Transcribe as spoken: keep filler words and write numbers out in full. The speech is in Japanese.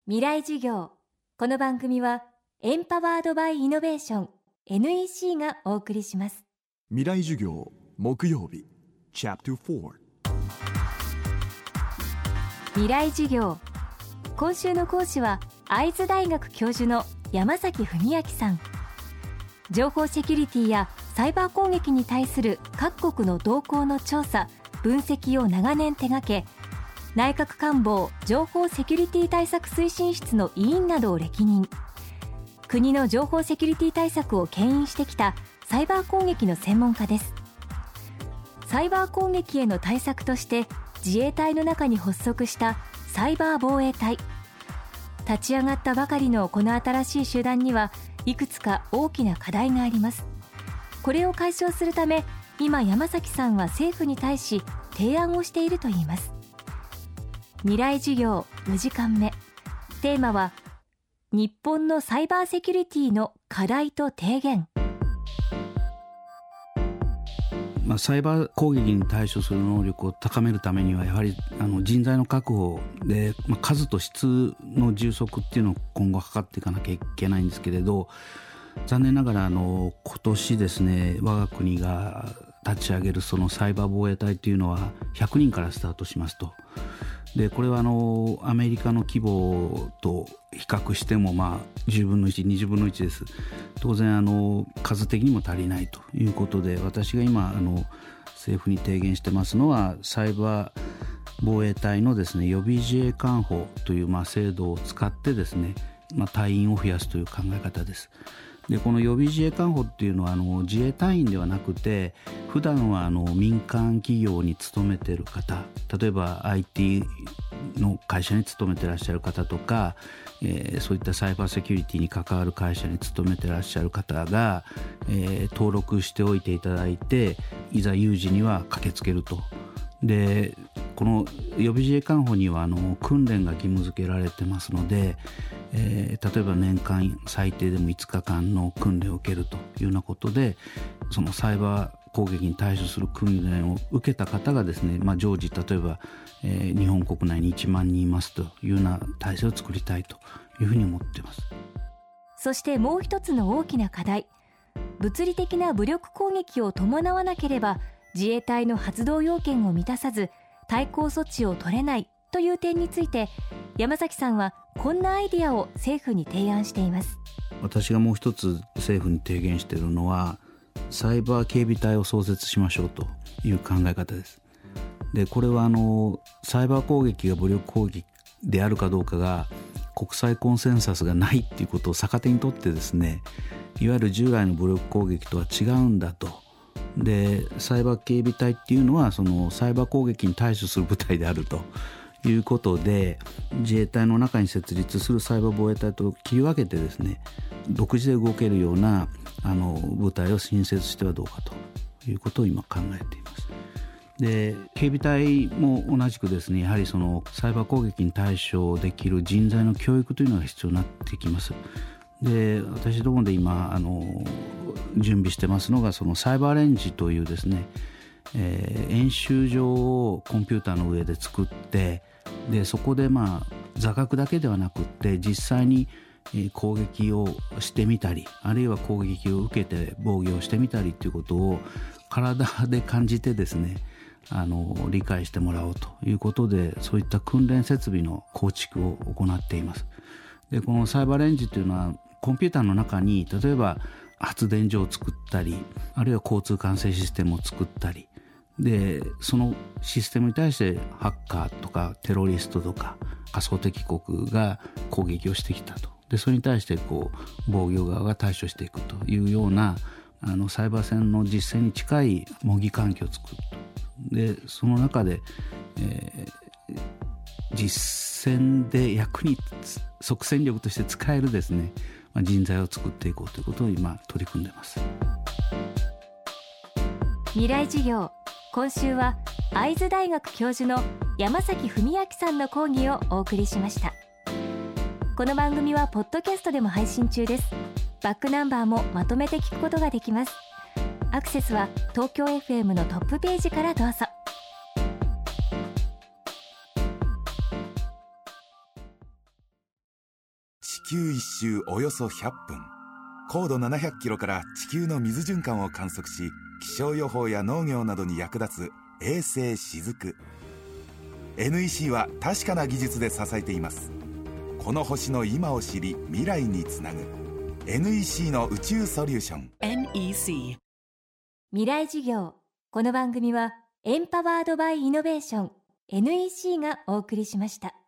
未来授業。この番組はエンパワードバイイノベーション エヌイーシー がお送りします。 未来授業木曜日チャプターよん。 未来授業。今週の講師は会津大学教授の山崎文明さん。情報セキュリティやサイバー攻撃に対する各国の動向の調査分析を長年手掛け、内閣官房情報セキュリティ対策推進室の委員などを歴任。国の情報セキュリティ対策を牽引してきたサイバー攻撃の専門家です。サイバー攻撃への対策として自衛隊の中に発足したサイバー防衛隊。立ち上がったばかりのこの新しい集団にはいくつか大きな課題があります。これを解消するため、今山崎さんは政府に対し提案をしているといいます。未来授業よじかんめ。テーマは日本のサイバーセキュリティの課題と提言。 まあ、サイバー攻撃に対処する能力を高めるためにはやはりあの人材の確保で、まあ、数と質の充足っていうのを今後図っていかなきゃいけないんですけれど、残念ながらあの今年ですね、我が国が立ち上げるそのサイバー防衛隊というのはひゃくにんからスタートしますと。でこれはあのアメリカの規模と比較してもまあじゅうぶんのいち、にじゅうぶんのいちです。当然あの数的にも足りないということで、私が今あの政府に提言してますのはサイバー防衛隊のですね予備自衛官補というまあ制度を使ってですね、まあ、隊員を増やすという考え方です。でこの予備自衛官補っていうのはあの自衛隊員ではなくて、普段はあの民間企業に勤めている方、例えば アイティー の会社に勤めていらっしゃる方とか、えー、そういったサイバーセキュリティに関わる会社に勤めていらっしゃる方が、えー、登録しておいていただいて、いざ有事には駆けつけると。でこの予備自衛官補にはあの訓練が義務付けられてますので、えー、例えば年間最低でもいつかかんの訓練を受けるというようなことで、そのサイバー攻撃に対処する訓練を受けた方がですね、まあ、常時例えば、えー、日本国内にいちまんにんいますというような体制を作りたいというふうに思っています。 そしてもう一つの大きな課題、物理的な武力攻撃を伴わなければ自衛隊の発動要件を満たさず対抗措置を取れないという点について、山崎さんはこんなアイディアを政府に提案しています。 私がもう一つ政府に提言しているのは、サイバー警備隊を創設しましょうという考え方です。でこれはあのサイバー攻撃が武力攻撃であるかどうかが国際コンセンサスがないっていうことを逆手にとってですね、いわゆる従来の武力攻撃とは違うんだと。でサイバー警備隊っていうのはそのサイバー攻撃に対処する部隊であるということで、自衛隊の中に設立するサイバー防衛隊と切り分けてですね、独自で動けるようなあの部隊を新設してはどうかということを今考えています。で警備隊も同じくですね、やはりそのサイバー攻撃に対処できる人材の教育というのが必要になってきます。で私どもで今あの準備してますのがそのサイバーレンジというですね、えー、演習場をコンピューターの上で作って、でそこでまあ座学だけではなくって実際に攻撃をしてみたり、あるいは攻撃を受けて防御をしてみたりということを体で感じてですね、あの理解してもらおうということで、そういった訓練設備の構築を行っています。でこのサイバーレンジというのはコンピューターの中に例えば発電所を作ったり、あるいは交通管制システムを作ったりで、そのシステムに対してハッカーとかテロリストとか仮想敵国が攻撃をしてきたと。でそれに対してこう防御側が対処していくというようなあのサイバー戦の実践に近い模擬環境を作ると。でその中で、えー、実戦で役に即戦力として使えるですね、まあ、人材を作っていこうということを今取り組んでいます。 未来授業。今週は会津大学教授の山崎文明さんの講義をお送りしました。この番組はポッドキャストでも配信中です。バックナンバーもまとめて聞くことができます。アクセスは東京 エフエム のトップページからどうぞ。 球一周およそひゃっぷん、高度ななひゃくキロから地球の水循環を観測し、気象予報や農業などに役立つ衛星しずく。 エヌイーシー は確かな技術で支えています。この星の今を知り、未来につなぐ エヌイーシー の宇宙ソリューション。 エヌイーシー未来事業。この番組はエンパワードバイイノベーション エヌイーシー がお送りしました。